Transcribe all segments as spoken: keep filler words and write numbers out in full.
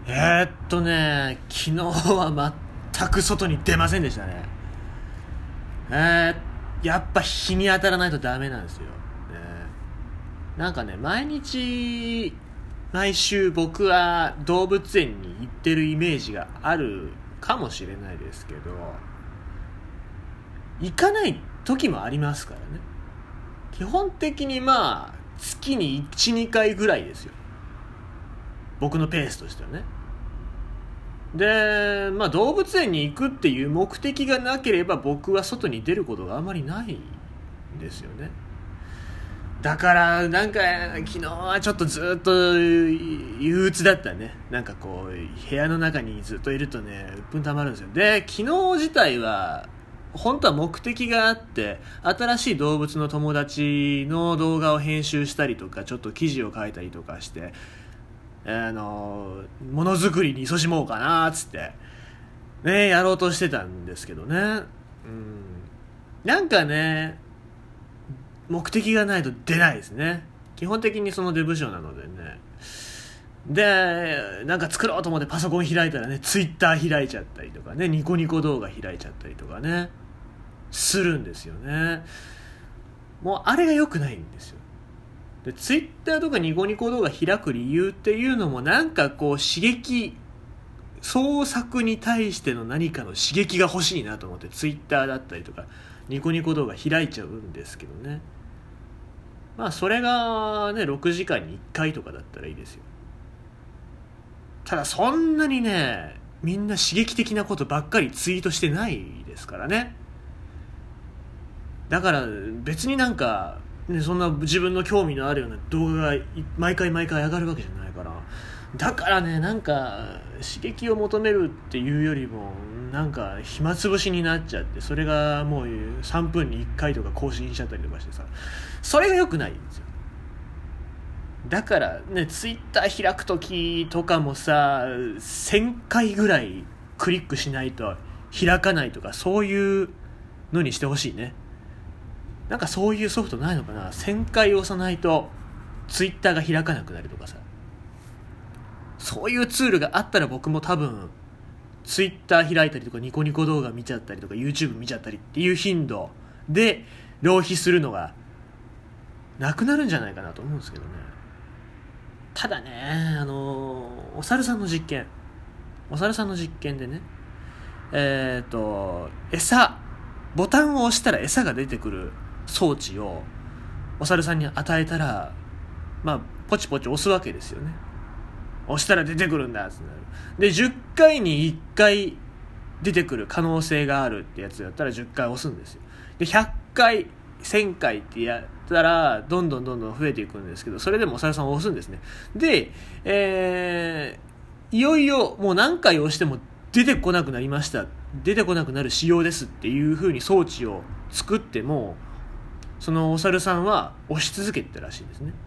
えー、っとね昨日は全く外に出ませんでしたね。えー、やっぱ日に当たらないとダメなんですよ、ね、なんかね毎日毎週僕は動物園に行ってるイメージがあるかもしれないですけど、行かない時もありますからね。基本的にまあ月に いち,に 回ぐらいですよ、僕のペースとしてはね。で、まあ、動物園に行くっていう目的がなければ僕は外に出ることがあまりないんですよね。だからなんか昨日はちょっとずっと憂鬱だったね。なんかこう部屋の中にずっといるとね鬱憤たまるんですよ。で昨日自体は本当は目的があって、新しい動物の友達の動画を編集したりとかちょっと記事を書いたりとかして、あのものづくりに勤しもうかなっつってねやろうとしてたんですけどね、うん、なんかね目的がないと出ないですね。基本的にそのデブ症なのでね。でなんか作ろうと思ってパソコン開いたらねツイッター開いちゃったりとかね、ニコニコ動画開いちゃったりとかねするんですよね。もうあれが良くないんですよ。でツイッターとかニコニコ動画開く理由っていうのもなんかこう刺激、創作に対しての何かの刺激が欲しいなと思ってツイッターだったりとかニコニコ動画開いちゃうんですけどね。まあそれがねろくじかんにいっかいとかだったらいいですよ。ただそんなにねみんな刺激的なことばっかりツイートしてないですからね。だから別になんかね、そんな自分の興味のあるような動画が毎回毎回上がるわけじゃないから、だからねなんか刺激を求めるっていうよりもなんか暇つぶしになっちゃって、それがもうさんぷんにいっかいとか更新しちゃったりとかしてさ、それが良くないんですよ。だからねツイッター開く時とかもさせんかいぐらいクリックしないと開かないとか、そういうのにしてほしいね。なんかそういうソフトないのかな。せんかい押さないとツイッターが開かなくなるとかさ、そういうツールがあったら僕も多分ツイッター開いたりとかニコニコ動画見ちゃったりとか YouTube 見ちゃったりっていう頻度で浪費するのがなくなるんじゃないかなと思うんですけどね。ただねあのお猿さんの実験お猿さんの実験でねえっと餌ボタンを押したら餌が出てくる装置をお猿さんに与えたら、まあポチポチ押すわけですよね。押したら出てくるんだってなる。でじゅっかいにいっかい出てくる可能性があるってやつだったらじゅっかい押すんですよ。でひゃっかいせんかいってやったらどんどんどんどん増えていくんですけど、それでもお猿さんを押すんですね。で、えー、いよいよもう何回押しても出てこなくなりました、出てこなくなる仕様ですっていう風に装置を作ってもそのお猿さんは押し続けてたらしいですね。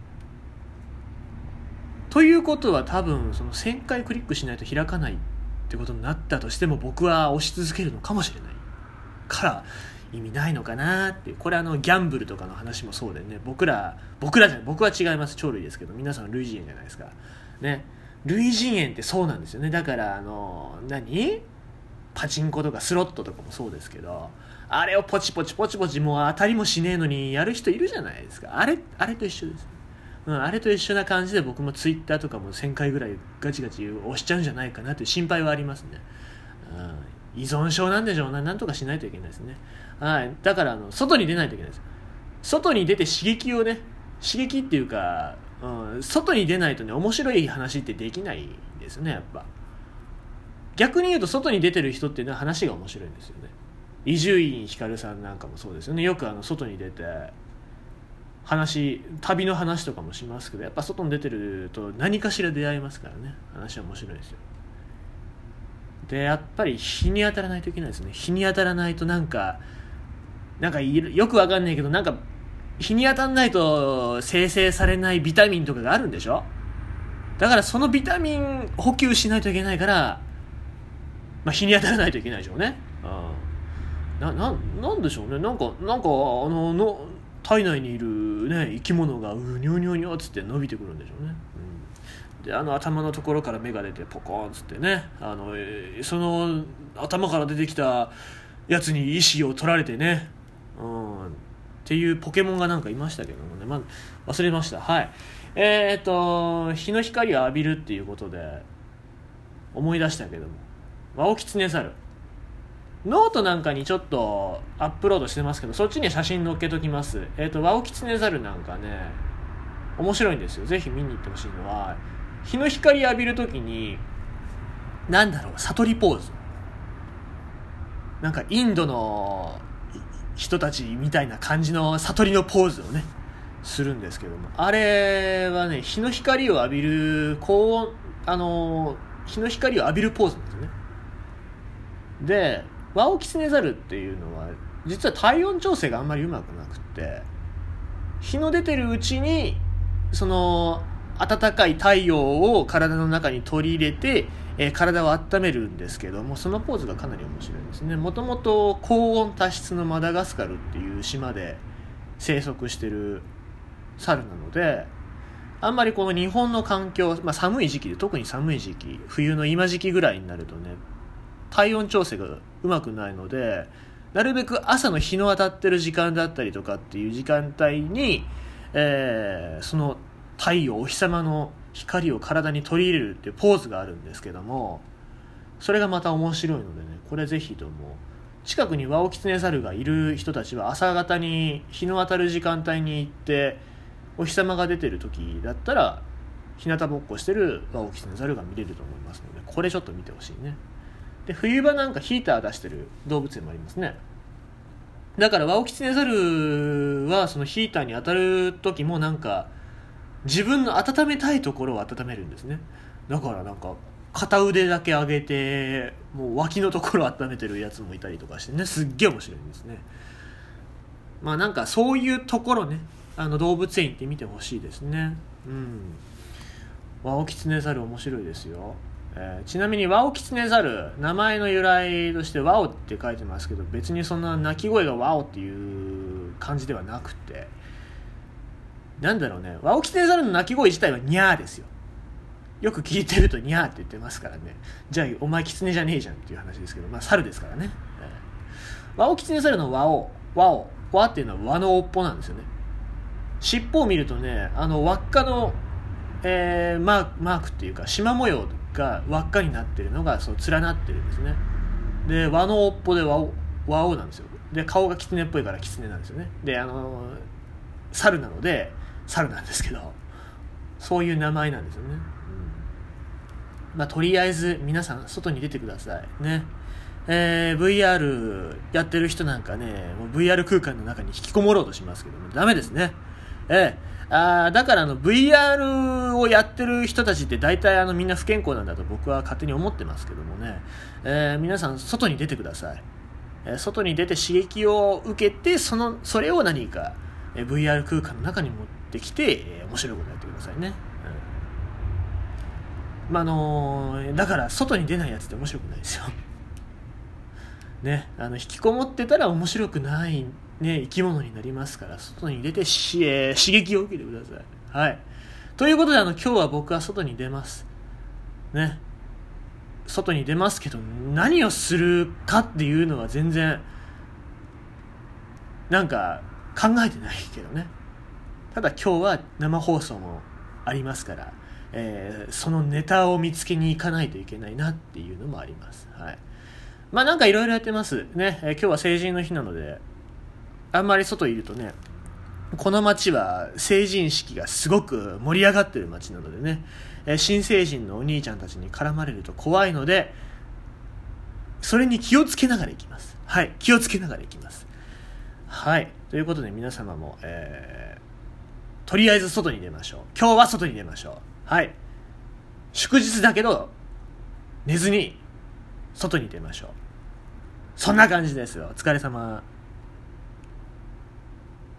ということは多分そのせんかいクリックしないと開かないってことになったとしても僕は押し続けるのかもしれないから意味ないのかなっていう。これあのギャンブルとかの話もそうでね、僕ら僕らじゃない僕は違います、鳥類ですけど皆さん類人猿じゃないですかね。類人猿ってそうなんですよね。だからあの何パチンコとかスロットとかもそうですけど、あれをポチポチポチポチもう当たりもしねえのにやる人いるじゃないですか。あれあれと一緒です、うん、あれと一緒な感じで僕もツイッターとかもせんかいぐらいガチガチ押しちゃうんじゃないかなという心配はありますね、うん、依存症なんでしょうな。なんとかしないといけないですね、はい、だからあの外に出ないといけないです。外に出て刺激をね刺激っていうか、うん、外に出ないとね面白い話ってできないんですよね。やっぱ逆に言うと外に出てる人っていうのは話が面白いんですよね。伊集院光さんなんかもそうですよね。よくあの外に出て話旅の話とかもしますけど、やっぱ外に出てると何かしら出会いますからね、話は面白いですよ。でやっぱり日に当たらないといけないですね。日に当たらないとなんかなんかよくわかんないけどなんか日に当たんないと生成されないビタミンとかがあるんでしょ。だからそのビタミン補給しないといけないから、まあ、日に当たらないといけないでしょうね。うん、な, な, なんでしょうね。なんかなんかあのの体内にいる、ね、生き物がうにょにょにょっつって伸びてくるんでしょうね、 であの頭のところから芽が出てポコーンつってね、あのその頭から出てきたやつに意識を取られてね、うん、っていうポケモンがなんかいましたけどもね、まあ、忘れました。はい、えー、っと日の光を浴びるっていうことで思い出したけども、ワオキツネザルノートなんかにちょっとアップロードしてますけど、そっちに写真載っけときます。えー、っとワオキツネザルなんかね面白いんですよ。ぜひ見に行ってほしいのは、日の光浴びるときになんだろう、悟りポーズ、なんかインドの人たちみたいな感じの悟りのポーズをねするんですけども、あれはね日の光を浴びる高温あの日の光を浴びるポーズなんですよね。でワオキツネザルっていうのは実は体温調整があんまりうまくなくて、日の出てるうちにその暖かい太陽を体の中に取り入れて、えー、体を温めるんですけども、そのポーズがかなり面白いですね。もともと高温多湿のマダガスカルっていう島で生息してる猿なので、あんまりこの日本の環境、まあ、寒い時期で特に寒い時期、冬の今時期ぐらいになるとね体温調整がうまくないので、なるべく朝の日の当たってる時間だったりとかっていう時間帯に、えー、その太陽お日様の光を体に取り入れるっていうポーズがあるんですけども、それがまた面白いのでね、これぜひとも近くにワオキツネザルがいる人たちは朝方に日の当たる時間帯に行ってお日様が出てる時だったら日向ぼっこしてるワオキツネザルが見れると思いますので、これちょっと見てほしいね。で冬場なんかヒーター出してる動物園もありますね。だからワオキツネザルはそのヒーターに当たる時もなんか自分の温めたいところを温めるんですね。だからなんか片腕だけ上げてもう脇のところを温めてるやつもいたりとかしてね、すっげえ面白いんですね。まあなんかそういうところね、あの動物園行ってみてほしいですね。うん。ワオキツネザル面白いですよ。えー、ちなみにワオキツネザル名前の由来としてワオって書いてますけど、別にそんな鳴き声がワオっていう感じではなくて、なんだろうね、ワオキツネザルの鳴き声自体はニャーですよ。よく聞いてるとニャーって言ってますからね。じゃあお前キツネじゃねえじゃんっていう話ですけど、まあ猿ですからね。えー、ワオキツネザルのワオワオワっていうのは輪の尾っぽなんですよね。尻尾を見るとね、あの輪っかの、えー、マーク、マークっていうか縞模様が輪っかになってるのがそう連なってるんですね。で輪の尾っぽでワオワオなんですよ。で顔がキツネっぽいからキツネなんですよね。であのー、猿なので猿なんですけど、そういう名前なんですよね。うん、まあとりあえず皆さん外に出てくださいね。えー、ブイアール やってる人なんかね、もう ブイアール 空間の中に引きこもろうとしますけどもダメですね。えー、あだからあの ブイアール をやってる人たちって大体あのみんな不健康なんだと僕は勝手に思ってますけどもね、えー、皆さん外に出てください。えー、外に出て刺激を受けてそのそれを何か、えー、ブイアール 空間の中に持ってきて、えー、面白いことやってくださいね。うん、まああのー、だから外に出ないやつって面白くないですよ。ね、あの引きこもってたら面白くない、ね、生き物になりますから、外に出てし、えー、刺激を受けてください。はい。ということであの今日は僕は外に出ます。ね。外に出ますけど何をするかっていうのは全然なんか考えてないけどね。ただ今日は生放送もありますから、えー、そのネタを見つけに行かないといけないなっていうのもあります。はい。まあなんかいろいろやってますね。えー、今日は成人の日なのであんまり外いるとね、この街は成人式がすごく盛り上がってる街なのでね、えー、新成人のお兄ちゃんたちに絡まれると怖いので、それに気をつけながら行きます。はい、気をつけながら行きます。はい、ということで皆様も、えー、とりあえず外に出ましょう。今日は外に出ましょう。はい、祝日だけど寝ずに外に出ましょう。そんな感じですよ。お疲れ様。